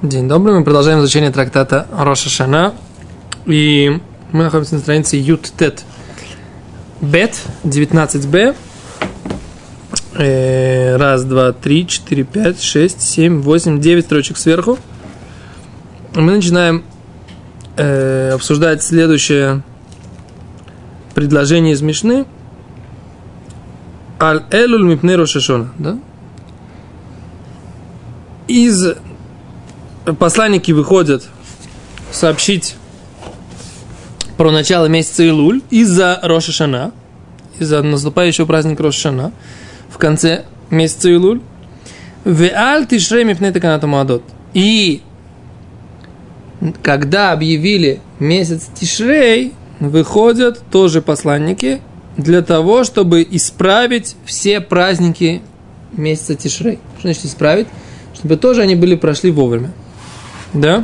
День добрый, мы продолжаем изучение трактата Рош ха-Шана. И мы находимся на странице Ют-Тет Бет, 19Б. 1, 2, 3, 4, 5, 6, 7, 8, 9 строчек сверху. Мы начинаем обсуждать следующее предложение из Мишны. Аль-Элуль мипней Рош ха-Шана, да? Посланники выходят сообщить про начало месяца Илуль из-за Рош ха-Шана, из-за наступающего праздника Рош ха-Шана в конце месяца Илуль. Ве'аль тишрей мипней таканат муадот. И когда объявили месяц Тишрей, выходят тоже посланники для того, чтобы исправить все праздники месяца Тишрей. Что значит исправить? Чтобы тоже они прошли вовремя. Да?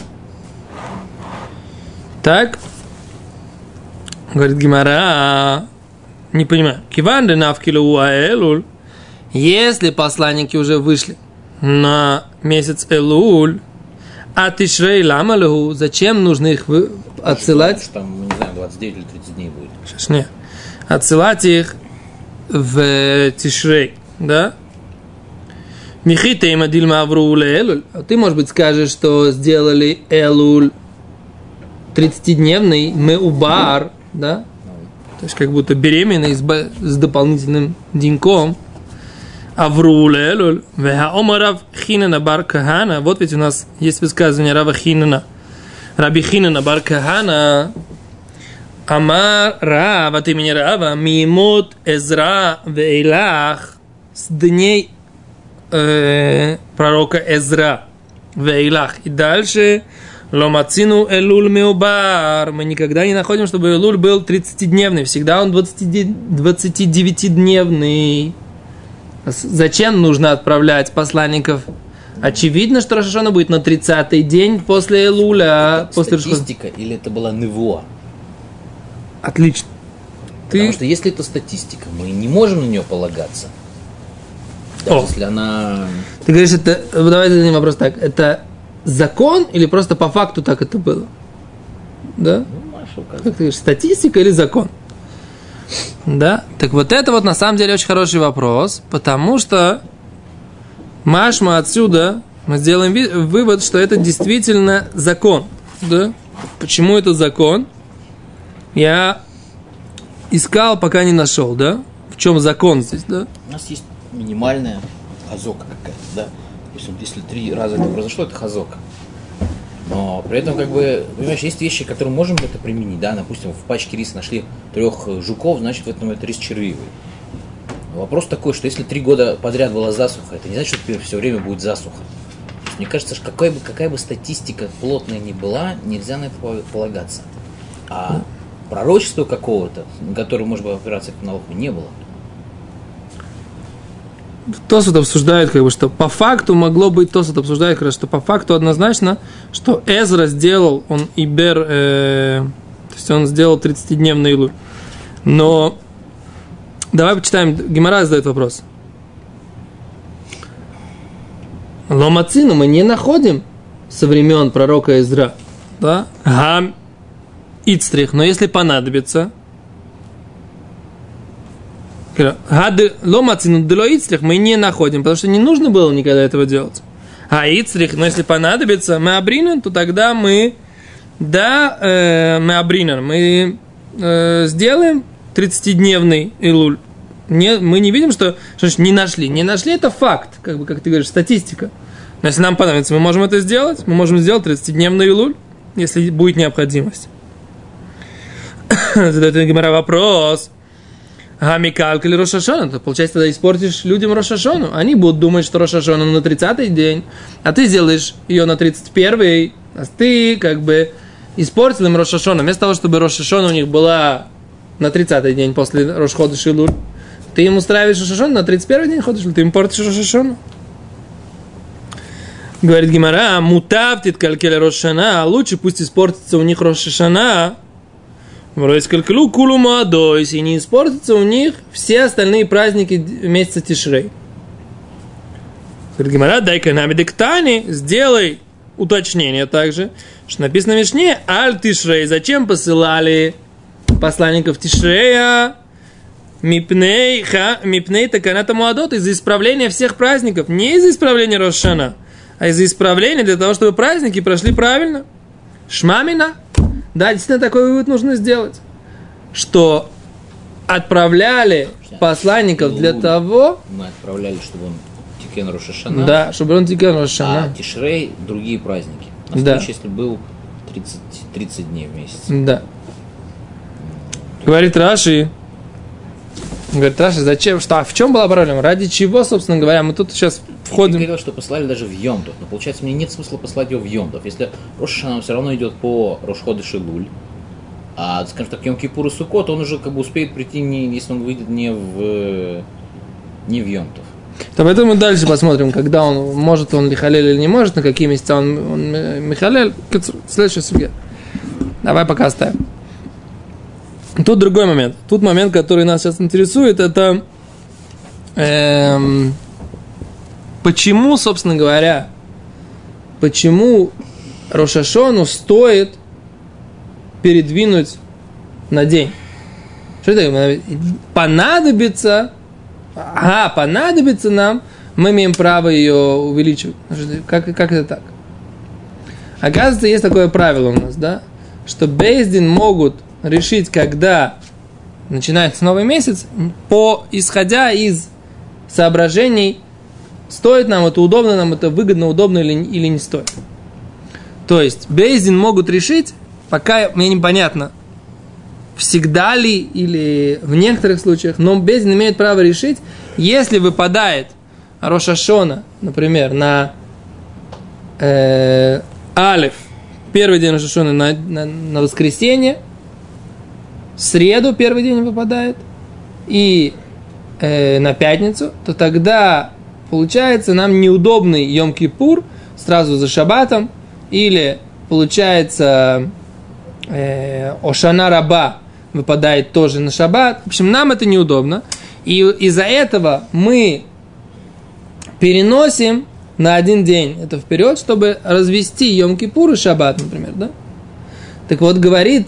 Так. Говорит Гемара, не понимаю. Киван де навкилу аэлуль. Если посланники уже вышли на месяц Элуль, а Тишрей ламалуху, зачем нужно их отсылать? Там, не знаю, 29 или 30 дней будет. Сейчас нет. Отсылать их в Тишрей, да? Михита им адильма авру элуль. Ты, может быть, скажешь, что сделали Элуль 30-дневный меубар, да? То есть, как будто беременный с дополнительным деньком. Авру элуль. Веха омарав хинана бар кахана. Вот ведь у нас есть высказывание Рава Хинана. Раби Хинана бар кахана. Амар Рав от имени Рава. Мимот Эзра вейлах. С дней пророка Эзра вейлах. И дальше ломацину элуль меубар. Мы никогда не находим, чтобы Элуль был 30-дневный. Всегда он 29-дневный. Зачем нужно отправлять посланников? Очевидно, что Рош ха-Шана будет на 30-й день после Элуля. Это после статистика или это была невуа? Отлично. Потому что если это статистика, мы не можем на нее полагаться. Даже если она... Ты говоришь, это... Давай зададим вопрос так. Это закон или просто по факту так это было? Да? Ну, Маша, как ты говоришь, статистика или закон? Да? Так вот это вот на самом деле очень хороший вопрос, потому что Машма отсюда мы сделаем вывод, что это действительно закон. Да? Почему это закон? Я искал, пока не нашел, да? В чем закон здесь, да? У нас есть минимальная хазока какая-то, да? Если 3 раза это произошло, это хазока. Но при этом, как бы, понимаешь, есть вещи, которые можем это применить, да? Допустим, в пачке риса нашли 3 жуков, значит, в этом это рис червивый. Но вопрос такой, что если 3 года подряд была засуха, это не значит, что теперь все время будет засуха. Мне кажется, что какая бы статистика плотная ни была, нельзя на это полагаться. А пророчества какого-то, на которое можно опираться к науку, не было. Тосфот обсуждает, как бы, что по факту могло быть, Тосфот обсуждает, как раз, что по факту однозначно, что Эзра сделал, он Ибер, то есть он сделал 30-дневный Илуль. Но давай почитаем, Гемара задает вопрос. Ломацину мы не находим со времен пророка Эзра, да? Гам Ицтрих, но если понадобится, мы не находим, потому что не нужно было никогда этого делать. А Ицтрих, но если понадобится, мы абринен, то тогда мы, да, мы абринен, мы сделаем 30-дневный Илуль. Мы не видим, что значит не нашли. Не нашли, это факт, как бы, как ты говоришь, статистика. Но если нам понадобится, мы можем это сделать. Мы можем сделать 30-дневный Илуль, если будет необходимость. Задает Гемара вопрос. Гамикалк или Рош ха-Шана, то получается, тогда испортишь людям Рош ха-Шану. Они будут думать, что Рош ха-Шана на 30-й день, а ты сделаешь ее на 31-й, а ты как бы испортил им Рош ха-Шану. Вместо того, чтобы Рош ха-Шана у них была на 30-й день после Рош ходеш Илуль, ты им устраиваешь Рош ха-Шану на 31-й день ходеш Илуль, ты им портишь Рош ха-Шану. Говорит Гемара, мутавтит калькеля Рош ха-Шана, а лучше пусть испортится у них Рош ха-Шана, и не испортятся у них все остальные праздники месяца Тишрей. Говорит Гемара, дай-ка нам диктани, сделай уточнение также, что написано в Мишне, аль Тишрей, зачем посылали посланников Тишрея, мипней таканата муадот, из-за исправления всех праздников, не из-за исправления Рош ха-Шана, а из-за исправления для того, чтобы праздники прошли правильно. Шмамина. Да, действительно, такой вывод нужно сделать, что отправляли посланников для того... Мы отправляли, чтобы он тикен Рош ха-Шана. Да, чтобы он тикен Рош ха-Шана. А Тишрей – другие праздники. На Да. случай, если был 30 дней в месяц. Да. Говорит Раши, зачем, что, а в чем была проблема? Ради чего, собственно говоря, мы тут сейчас входим... Ты говорил, что послали даже в Йом-Тов, но получается, мне нет смысла послать его в Йом-Тов. Если Рош ха-Шана все равно идет по Рош-Ходеш Элуль, а, скажем так, Йом-Кипур и Суккот, он уже как бы успеет прийти, если он выйдет не в Йом-Тов. То поэтому мы дальше посмотрим, когда он, может он лихалель или не может, на какие месяца он михалель. Следующая судья. Давай пока оставим. Тут другой момент. Тут момент, который нас сейчас интересует, это почему, собственно говоря, почему Рош ха-Шану стоит передвинуть на день. Что это? Понадобится нам, мы имеем право ее увеличивать. Как это так? Оказывается, есть такое правило у нас, да, что бейс-дин могут решить, когда начинается новый месяц, исходя из соображений, стоит нам это, удобно нам это, выгодно, удобно или не стоит. То есть бейс-дин могут решить, пока мне непонятно, всегда ли или в некоторых случаях, но бейс-дин имеет право решить, если выпадает Рош ха-Шана, например, на Алеф, первый день Рош ха-Шана на воскресенье, в среду первый день выпадает, и на пятницу, то тогда получается нам неудобный Йом-Кипур сразу за шаббатом, или получается Ошана Раба выпадает тоже на шаббат. В общем, нам это неудобно. И из-за этого мы переносим на один день это вперед, чтобы развести Йом-Кипур и шаббат, например, да? Так вот, говорит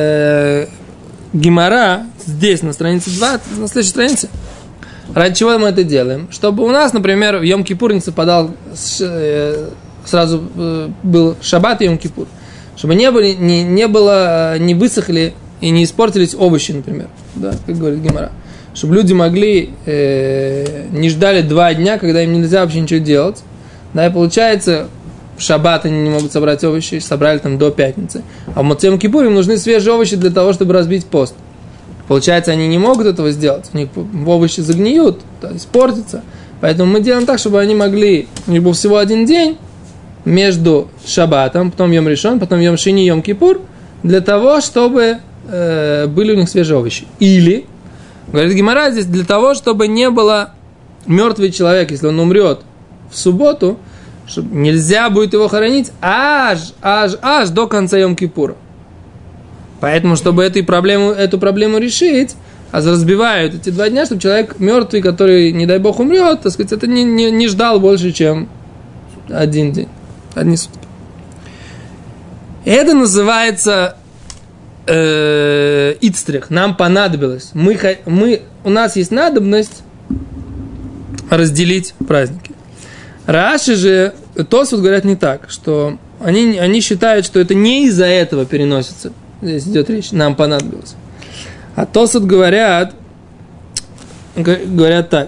Гемара здесь, на странице 20, на следующей странице, ради чего мы это делаем? Чтобы у нас, например, Йом-Кипур не совпадал сразу был шаббат и Йом-Кипур. Чтобы не высохли и не испортились овощи, например. Да, как говорит Гемара. Чтобы люди могли, не ждали 2 дня, когда им нельзя вообще ничего делать. Да, и получается, в шаббат они не могут собрать овощи, собрали там до пятницы. А в Йом-Кипур им нужны свежие овощи для того, чтобы разбить пост. Получается, они не могут этого сделать. У них овощи загниют, испортятся. Поэтому мы делаем так, чтобы они могли, у них был всего 1 день между шаббатом, потом Йом Ришон, потом Йом Шини, Йом Кипур, для того, чтобы были у них свежие овощи. Или, говорит Гемара здесь, для того, чтобы не было мертвый человек, если он умрет в субботу, чтобы нельзя будет его хоронить аж до конца Йом-Кипура. Поэтому, чтобы эту проблему решить, разбивают эти 2 дня, чтобы человек мертвый, который, не дай бог, умрет, так сказать, это не ждал больше, чем 1 день, 1 сутки. Это называется ицтрих. Нам понадобилось. У нас есть надобность разделить праздники. Раши же, Тосфот говорят не так, что они считают, что это не из-за этого переносится. Здесь идет речь, нам понадобилось. А Тосфот говорят так.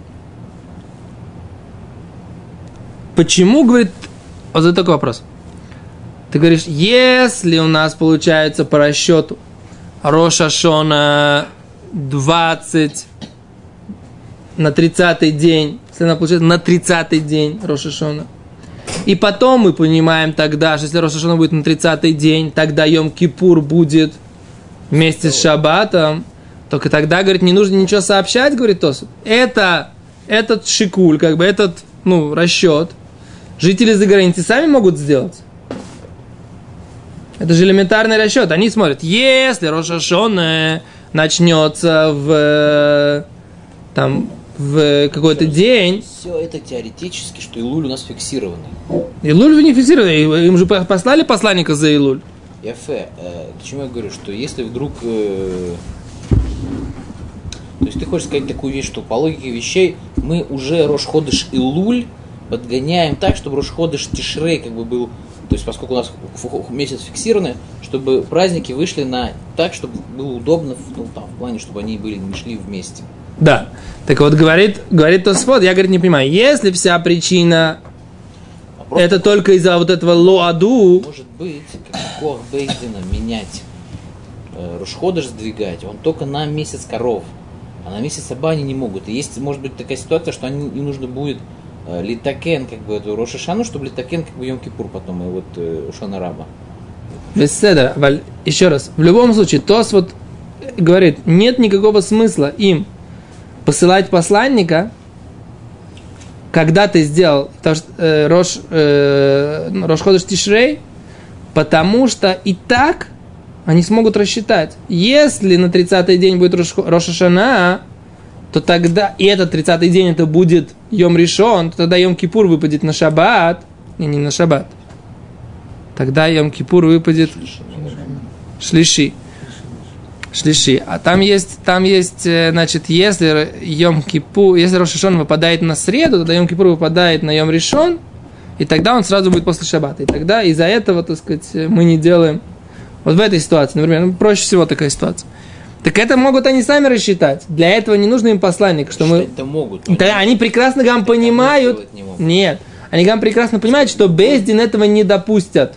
Почему, говорит, вот это такой вопрос. Ты говоришь, если у нас получается по расчету Рош ха-Шана 20 на 30-й день, если она получается на 30-й день Рош ха-Шана, и потом мы понимаем тогда, что если Рош ха-Шана будет на 30-й день, тогда Йом-Кипур будет вместе с шаббатом, только тогда, говорит, не нужно ничего сообщать, говорит Тосфот. Этот шикуль, как бы этот, расчет, жители за границей сами могут сделать. Это же элементарный расчет. Они смотрят, если Рош ха-Шана начнется в какой-то день. Все это теоретически, что Илуль у нас фиксированный. Илуль не фиксированный, им же послали посланника за Илуль. Яфе, почему я говорю, что если вдруг... То есть ты хочешь сказать такую вещь, что по логике вещей мы уже Рош Ходеш Илуль подгоняем так, чтобы Рош Ходеш Тишрей как бы был... То есть поскольку у нас месяц фиксированный, чтобы праздники вышли на так, чтобы было удобно, ну, там, в плане, чтобы они были, не шли вместе. Да. Так вот, говорит Тосфот, я, говорит, не понимаю, если вся причина это только из-за вот этого лоаду... Может быть, как Кох Бейздина менять, Рош Ходеш сдвигать, он только на месяц коров, а на месяц Аба они не могут. И есть, может быть, такая ситуация, что им нужно будет литакен, как бы, эту Рош Хашану, чтобы литакен, как бы, Йом-Кипур потом, и вот Ушана Раба. Беседа, еще раз, в любом случае, Тосфот говорит, нет никакого смысла им посылать посланника, когда ты сделал Рош Ходеш Тишрей, потому что и так они смогут рассчитать. Если на 30-й день будет Рош Хашана, то тогда, и этот 30-й день это будет Йом Ришон, то тогда Йом Кипур выпадет на Шаббат. Не на Шаббат. Тогда Йом Кипур выпадет Шлиши. А там есть, значит, если Йом Кипур, если Рош Хашана выпадает на среду, тогда Йом Кипур выпадает на Йом Ришон, и тогда он сразу будет после Шаббата. И тогда из-за этого, так сказать, мы не делаем. Вот в этой ситуации, например, проще всего такая ситуация. Так это могут они сами рассчитать. Для этого не нужно им посланник, что мы... Это могут. Да, они прекрасно гам понимают. Нет, они гам прекрасно понимают, что Бейздин этого не допустят.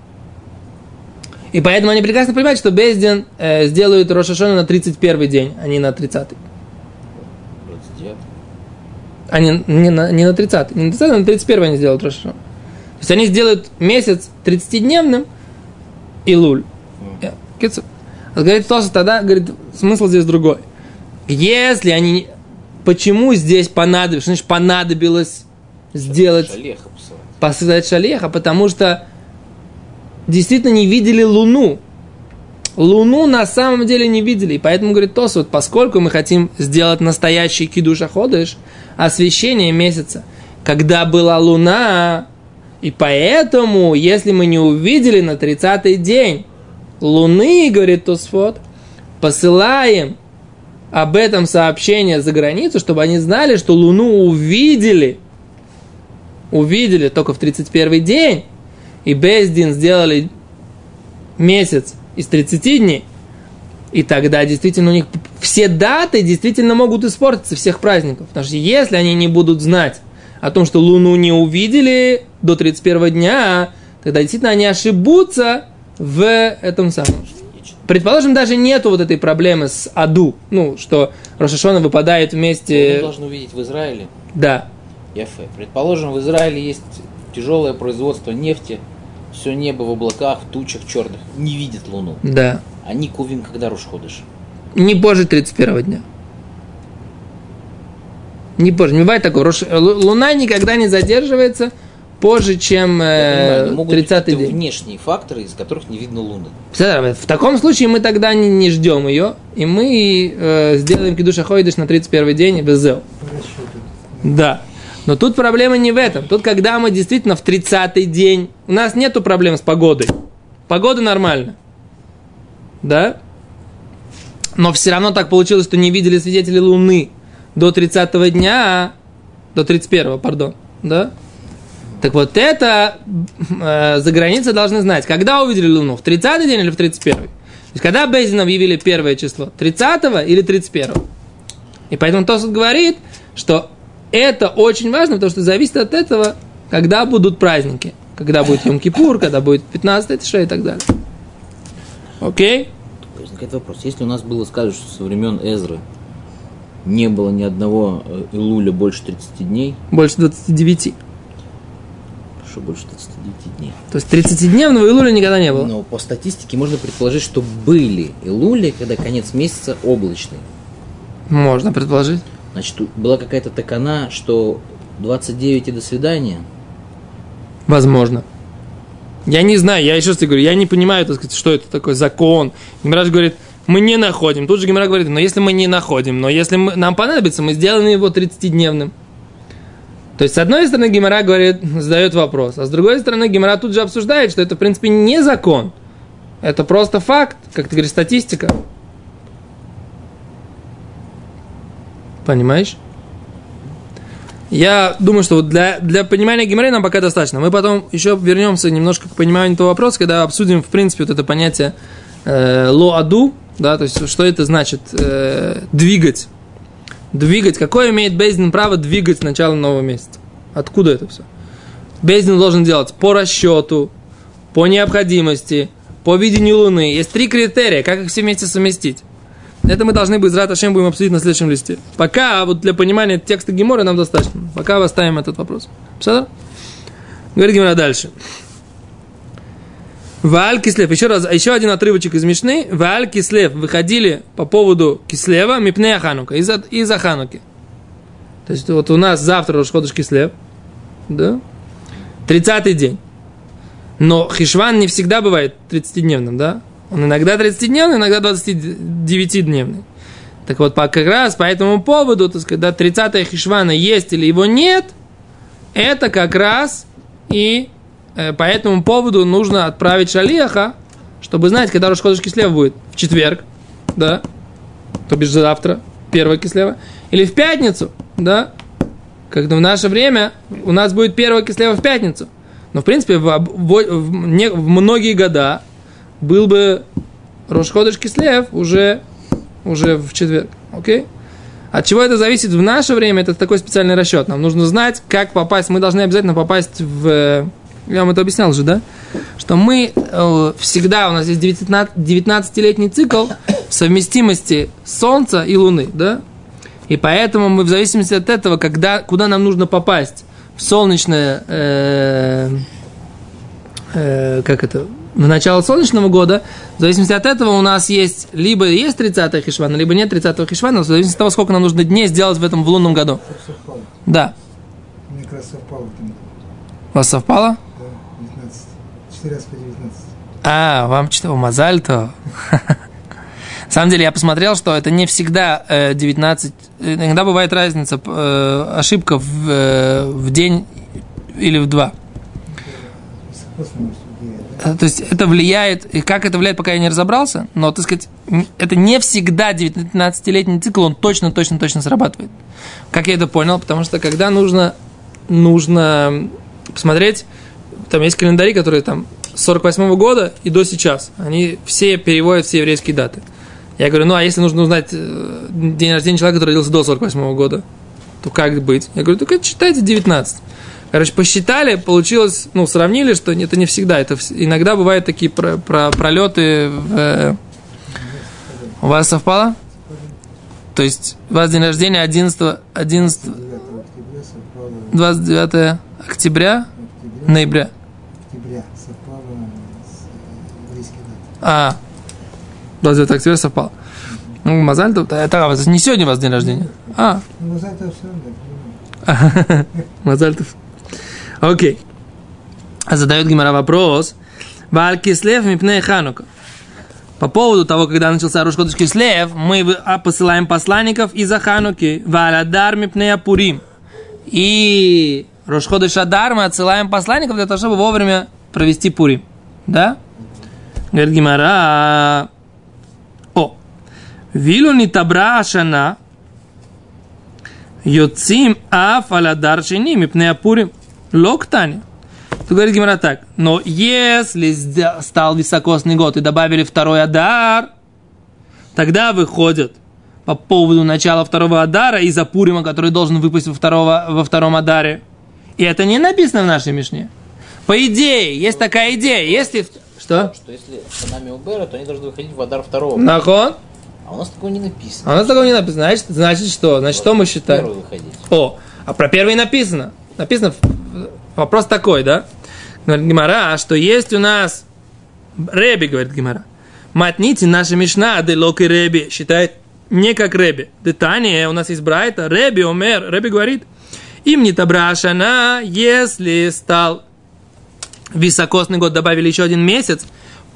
И поэтому они прекрасно понимают, что Бейздин сделают Рош Хашану на 31-й день, а не на 30-й. 29. А не на 30-й. Не на 30-й, а на 31-й они сделают Рош Хашану. То есть они сделают месяц 30-дневным Илуль. Говорит Тосфот, тогда, говорит, смысл здесь другой. Если они... Почему здесь понадобилось? Что значит понадобилось сделать... Шалеха посылать шалеха, потому что действительно не видели Луну. Луну на самом деле не видели. И поэтому, говорит Тосфот, поскольку мы хотим сделать настоящий кидуш ха-ходеш, освещение месяца, когда была Луна, и поэтому, если мы не увидели на 30-й день Луны, говорит Тосфот, посылаем об этом сообщение за границу, чтобы они знали, что Луну увидели только в 31-й день, и Бейздин сделали месяц из 30 дней, и тогда действительно у них все даты действительно могут испортиться, всех праздников. Потому что если они не будут знать о том, что Луну не увидели до 31 дня, тогда действительно они ошибутся в этом самом. Предположим, даже нету вот этой проблемы с Аду, что Рош Хашана выпадает вместе... Мы должны увидеть в Израиле. Да. Яфе. Предположим, в Израиле есть тяжелое производство нефти, все небо в облаках, в тучах черных, не видит Луну. Да. Они кувим, когда Рош Ходеш? Не позже 31 дня. Не позже. Не бывает такого. Луна никогда не задерживается позже, чем 30-й день. Внешние факторы, из которых не видно Луны. В таком случае мы тогда не ждем ее, и мы сделаем кидуш ха-ходеш на 31 день в Зеу. Да. Но тут проблема не в этом. Тут, когда мы действительно в 30-й день, у нас нету проблем с погодой. Погода нормальна. Да? Но все равно так получилось, что не видели свидетели Луны до 30-го дня, до 31-го, пардон. Да? Так вот это за границей должны знать, когда увидели Луну, в 30-й день или в 31-й. То есть, когда Бейздин объявили первое число, 30-го или 31-го. И поэтому Тосфот говорит, что это очень важно, потому что зависит от этого, когда будут праздники. Когда будет Йом-Кипур, когда будет 15-й Тишрей и так далее. Окей? Возникает вопрос. Если у нас было сказано, что со времен Эзры не было ни одного Илуля больше 30 дней. Больше 29. Что больше 29 дней? То есть 30-дневного Илуля никогда не было. Но по статистике можно предположить, что были Илули, когда конец месяца облачный. Можно предположить. Значит, была какая-то такана, что 29 и до свидания. Возможно. Я не знаю, я еще раз тебе говорю, я не понимаю, так сказать, что это такой закон. Мираж говорит, мы не находим. Тут же Гемара говорит, но если мы не находим, но если нам понадобится, мы сделаем его 30-дневным. То есть, с одной стороны, Гемара говорит, задает вопрос, а с другой стороны, Гемара тут же обсуждает, что это, в принципе, не закон. Это просто факт, как ты говоришь, статистика. Понимаешь? Я думаю, что вот для понимания Гемары нам пока достаточно. Мы потом еще вернемся немножко к пониманию этого вопроса, когда обсудим, в принципе, вот это понятие ло-аду, да, то есть, что это значит двигать. Двигать. Какое имеет Бейздин право двигать с начала нового месяца? Откуда это все? Бейздин должен делать по расчету, по необходимости, по видению Луны. Есть 3 критерия, как их все вместе совместить. Это мы должны быть, Рат Ашем, будем обсудить на следующем листе. Пока вот для понимания текста Геморы нам достаточно. Пока оставим этот вопрос. Все? Говорит Гемора дальше. Вааль Кислев. Еще один отрывочек из Мишны. Вааль Кислев. Выходили по поводу Кислева Мипнея Ханука. Из-за Хануки. То есть вот у нас завтра Рош ходеш Кислев. Да? 30-й день. Но Хишван не всегда бывает 30-дневным, да? Он иногда 30-дневный, иногда 29-дневный. Так вот, как раз по этому поводу, так сказать, да, 30-е Хишвана есть или его нет, это как раз и по этому поводу нужно отправить шалиаха, чтобы знать, когда Рош ходеш Кислев будет. В четверг, да, то бишь завтра, 1 Кислева, или в пятницу, да, когда в наше время у нас будет 1 Кислева в пятницу. Но, в принципе, в многие года был бы Рош ходеш Кислев уже в четверг. Окей? От чего это зависит в наше время, это такой специальный расчет. Нам нужно знать, как попасть. Мы должны обязательно попасть в... Я вам это объяснял же, да? Что мы всегда, у нас есть 19-летний цикл в совместимости Солнца и Луны, да? И поэтому мы в зависимости от этого, куда нам нужно попасть, в солнечное... в начало солнечного года, в зависимости от этого у нас есть либо есть 30-й Хишван, либо нет 30-го Хишвана, в зависимости от того, сколько нам нужно дней сделать в этом в лунном году. Совпало. Да. Мне как раз совпало. У вас совпало? Да, 19. 4 раз по 19. А, вам что, мазаль-то? На самом деле я посмотрел, что это не всегда 19, иногда бывает разница, ошибка в день или в 2. То есть это влияет, и как это влияет, пока я не разобрался, но, так сказать, это не всегда 19-летний цикл, он точно срабатывает. Как я это понял? Потому что когда нужно посмотреть, там есть календари, которые там с 48-го года и до сейчас, они все переводят все еврейские даты. Я говорю, ну а если нужно узнать день рождения человека, который родился до 48-го года, то как быть? Я говорю, только читайте 19. Короче, посчитали, получилось, сравнили, что это не всегда. Это иногда бывают такие пролеты. У вас совпало? То есть у вас день рождения 29 октября? Ноября. Октября совпало с еврейской датой. 29 октября совпало. Мазаль-то, это не сегодня у вас день рождения? Мазаль-то все равно. Мазаль-то. Окей. Задает Гемара вопрос. Вааль Кислев мипней Ханука. По поводу того, когда начался Рош ходеш Кислев, мы посылаем посланников из-за Хануки. Вааль Адар мипней Пурим. И Рош ходеш Адар мы отсылаем посланников для того, чтобы вовремя провести Пурим. Да? Говорит Гемара. Вилу не табра ашана йоцим аф аладар шини мипней Пурим. Локтани. Тут говорит Гемара так. Но если стал високосный год и добавили второй Адар, тогда выходят по поводу начала второго Адара из-за Пурима, который должен выпасть во втором Адаре. И это не написано в нашей Мишне. По идее, есть такая идея. Если... Что? Что если Шанами Убера, то они должны выходить в Адар второго. Нахон? А у нас такого не написано. Значит что? Значит, что мы считаем? Первый выходить. А про первый написано. Написано, вопрос такой, да? Говорит Гемара, что есть у нас Реби, говорит Гемара. Матните, наша Мишна, делок и Реби, считает не как Реби. Детание, у нас есть Брайта, Реби, Омер. Реби говорит, им не табрашана, если стал високосный год, добавили еще один месяц,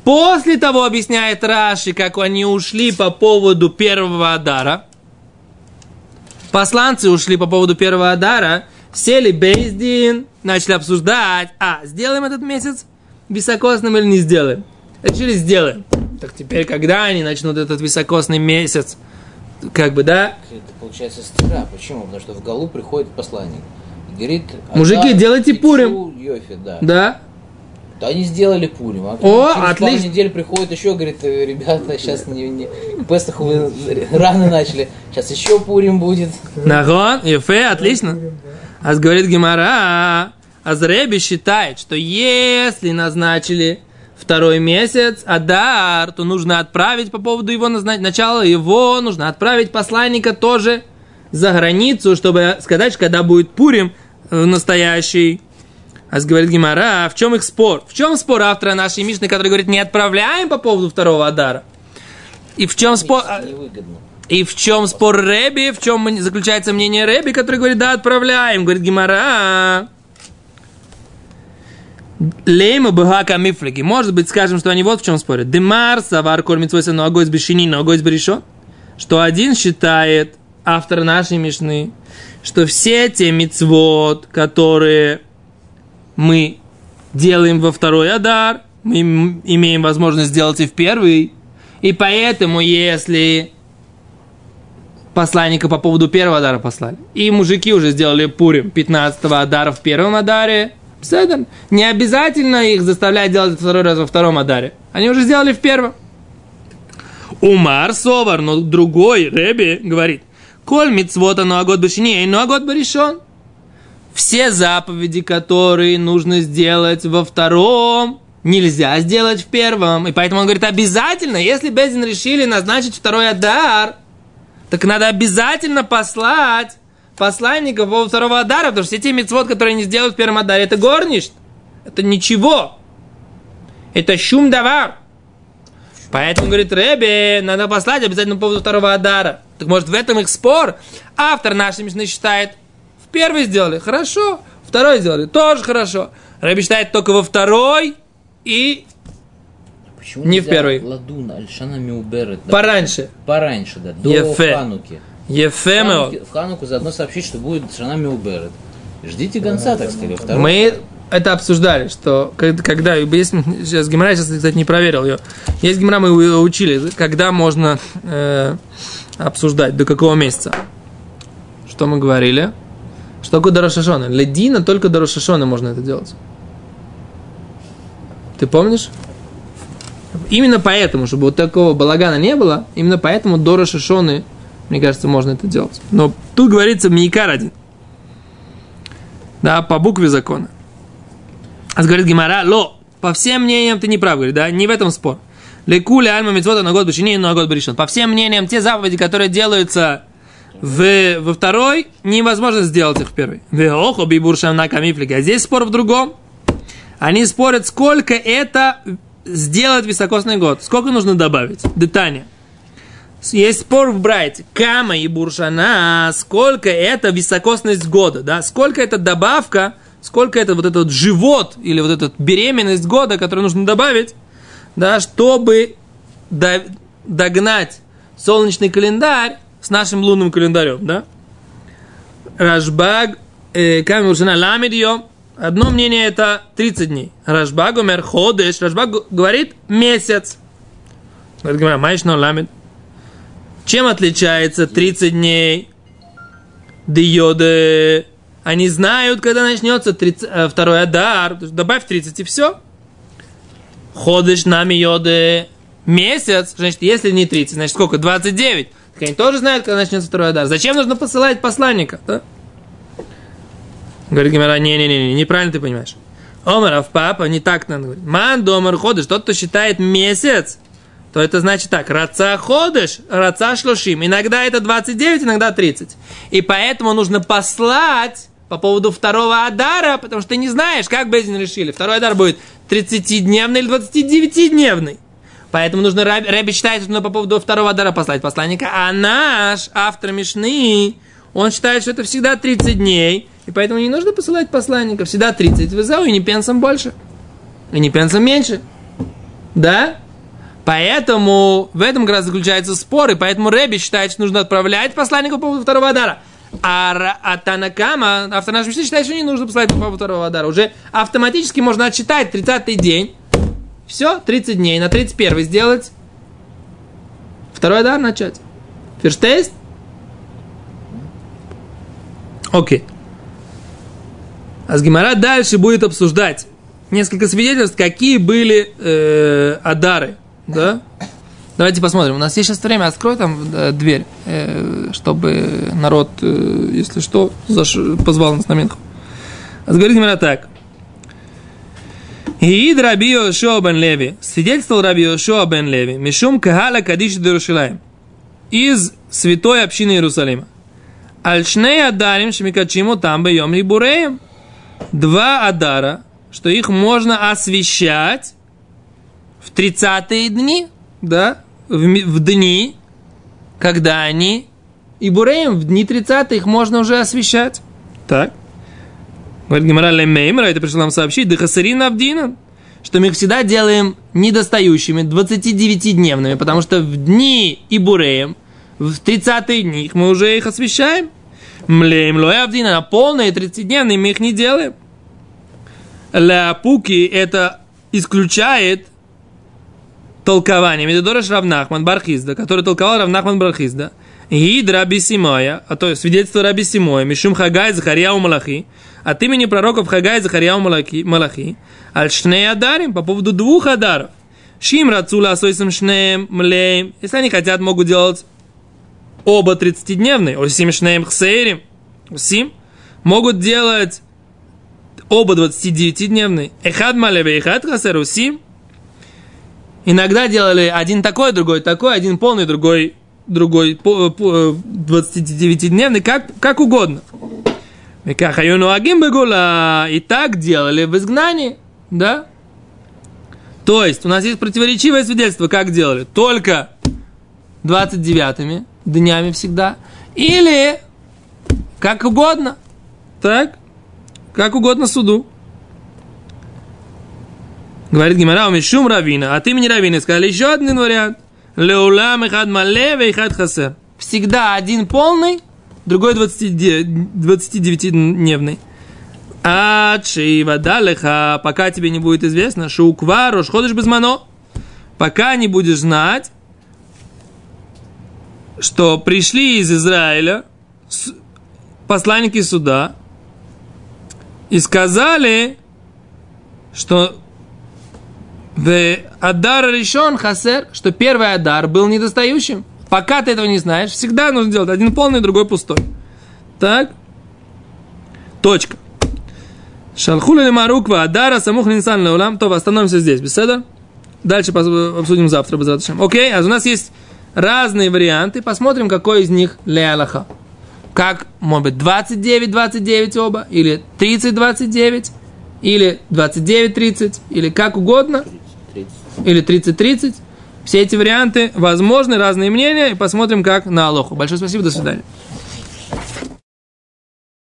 После того, объясняет Раши, как они ушли по поводу первого Адара, посланцы ушли по поводу первого Адара, сели Бейздин, начали обсуждать, сделаем этот месяц високосным или не сделаем. Решили, сделаем. Так теперь, когда они начнут этот високосный месяц, да? Это получается стира. Почему? Потому что в Галу приходит посланник. Говорит, мужики, делайте Пурим. Йофи, да. Да. То они сделали Пурим. А через пару недель приходит еще, говорит, ребята, сейчас к Песаху вы рано начали. Сейчас еще Пурим будет. Нагон, Йофе, отлично. Аз говорит Гемара, Аз Реби считает, что если назначили второй месяц Адар, то нужно отправить по поводу его начала его, нужно отправить посланника тоже за границу, чтобы сказать, когда будет Пурим настоящий. А говорит Гемара, в чем их спор? В чем спор автора нашей Мишны, который говорит, не отправляем по поводу второго Адара? И в чем спор? И в чем спор Реби? В чем заключается мнение Реби, который говорит, да, отправляем? Говорит Гемара. Лейма бхака мифлики. Может быть, скажем, что они вот в чем спорят. Демар савар кормит свойся ногой с бешини, ногой с берешон. Что один считает, автор нашей Мишны, что все те мицвот, которые мы делаем во второй Адар, мы имеем возможность сделать и в первый. И поэтому, если посланника по поводу первого Адара послали, и мужики уже сделали Пурим 15-го Адара в первом Адаре, не обязательно их заставлять делать второй раз во втором Адаре. Они уже сделали в первом. Умар Совар, но другой Реби говорит, коль мицвота ноагот бешини и ноагот баришон. Все заповеди, которые нужно сделать во втором, нельзя сделать в первом. И поэтому он говорит, обязательно, если Бейздин решили назначить второй Адар, так надо обязательно послать посланников во второго Адара, потому что все те мицвот, которые они сделают в первом Адаре, это горнишь. Это ничего. Это шум-давар. Поэтому, говорит Ребе, надо послать обязательно по поводу второго Адара. Так может в этом их спор? Автор нашей Мишны считает, в первый сделали, хорошо. Второй сделали, тоже хорошо. Ребе считает только во второй и почему не в первый. Ладун, Альшана Миуберет. Пораньше. Пораньше, да. До Хануки. Ефемео. В Хануку заодно сообщить, что будет Шана Миуберет. Ждите гонца, так сказать, второй. Мы это обсуждали, что когда есть, сейчас Гемара, сейчас, кстати, не проверил ее. Есть Гемара, мы ее учили, когда можно обсуждать, до какого месяца. Что мы говорили? Что такое до Рош ха-Шана? Ледина только до Рош ха-Шана можно это делать. Ты помнишь? Именно поэтому, чтобы вот такого балагана не было, именно поэтому до Рош ха-Шаны, мне кажется, можно это делать. Но тут говорится Миикар один. Да, по букве закона. А говорит Гемара, по всем мнениям ты не прав, говорит, да, не в этом спор. Лекули альма митцвота на год бешини, на год берешон. По всем мнениям, те заповеди, которые делаются во второй, невозможно сделать их в первой. Веохо бибуршам на камифлике. А здесь спор в другом. Они спорят, сколько это сделать високосный год. Сколько нужно добавить? Детание. Есть спор в Брайте. Кама и буршана, сколько это високосность года, да? Сколько это добавка, сколько это вот этот живот или вот эта беременность года, которую нужно добавить, да, чтобы догнать солнечный календарь с нашим лунным календарем, да? Рашбаг, Кама и буршана ламидьем. Одно мнение это 30 дней. Рашбаг умер ходеш. Рашбаг говорит месяц. Говорит, майшно ламид. Чем отличается 30 дней? Диоды. Они знают, когда начнется второй Адар. Добавь 30 и все. Ходишь нами йоды. Месяц. Значит, если не 30, значит сколько? 29. Так они тоже знают, когда начнется второй Адар. Зачем нужно посылать посланника? Да? Говорит Гемара, не, неправильно ты понимаешь. Омаров папа, не так надо говорить. Ман домар ходишь. Тот, кто считает месяц, то это значит так, раца ходишь, раца шлошим. Иногда это 29, иногда 30. И поэтому нужно послать по поводу второго Адара, потому что ты не знаешь, как Бейздин решили. Второй Адар будет 30-дневный или 29-дневный. Поэтому нужно, Ребби считает, что нужно по поводу второго Адара послать посланника. А наш автор Мишны, он считает, что это всегда 30 дней. И поэтому не нужно посылать посланника. Всегда 30 вызов, и не пенсом больше. И не пенсом меньше. Да? Поэтому в этом как раз заключается спор, и поэтому Реби считает, что нужно отправлять посланника по поводу второго адара. А Танакама, автор нашей Мишны, считает, что не нужно послать по поводу второго адара. Уже автоматически можно отсчитать 30-й день. Все, 30 дней. На 31-й сделать второй адар начать. Ферштейст? Окей. А с Гемара дальше будет обсуждать несколько свидетельств, какие были адары. Да? Давайте посмотрим. У нас есть сейчас время. Открой там дверь, чтобы народ, если что, позвал нас на минку. Говорит Гемара так. Иид Раби Йошуа бен Леви. Свидетельствовал Раби Йошуа бен Леви. Мишум кахала кадиш Иерусалим. Из святой общины Иерусалима. Альшней адарим шмикачиму там бьем либуреем. 2 адара, что их можно освещать в 30-е дни, да, в дни, когда они ибуреем, в дни 30-е их можно уже освещать. Так. Говорит Гемара Лемеймера, это пришло нам сообщить, Дехасарин Авдина, что мы их всегда делаем недостающими, 29-дневными, потому что в дни ибуреем, в 30-е дни мы уже их освещаем. Млеем лоя Авдина, а полные 30-дневные мы их не делаем. Ляпуки это исключает толкование Медидораш Рав Нахман бар Хизда, который толковал Рав Нахман бар Хизда. Гид Раби Симоя, а то есть свидетельство Раби Симоя, Мишум Хагай Захарьяу Малахи, от имени пророков Хагай Захарьяу Малахи, Аль-Шней Адарим, по поводу 2 адаров. Шим Рацула Асойсам Шнеем Млеем, если они хотят, могут делать оба 30-дневные, Осим Шнеем Хсейрим, Осим, могут делать оба 29-дневные, Эхад Малеве, Эхад Хасер, Осим. Иногда делали один такой, один полный, другой 29-дневный, как угодно. И так делали в изгнании, да? То есть, у нас есть противоречивое свидетельство, как делали. Только 29-ми днями всегда. Или как угодно. Так? Как угодно суду. Говорит Гемара, Мишум Равина. От имени Равина сказали еще один вариант. Леулам ихад мале ве ихад хасер. Всегда один полный, другой 29-дневный. Ачи вадалеха, пока тебе не будет известно, шуква рош ходишь без мано. Пока не будешь знать, что пришли из Израиля посланники суда и сказали, что в адар решен хасер, что первый адар был недостающим. Пока ты этого не знаешь, всегда нужно делать один полный, другой пустой. Так? Точка. Шалхуля лимаруква адара самух линсан леулам. То, остановимся здесь. Беседа. Дальше обсудим завтра. Окей, а у нас есть разные варианты. Посмотрим, какой из них леалаха. Как, может быть, 29-29 оба, или 30-29, или 29-30, или как угодно. 30. Или 30-30. Все эти варианты возможны, разные мнения. И посмотрим, как на Алоху. Большое спасибо, до свидания.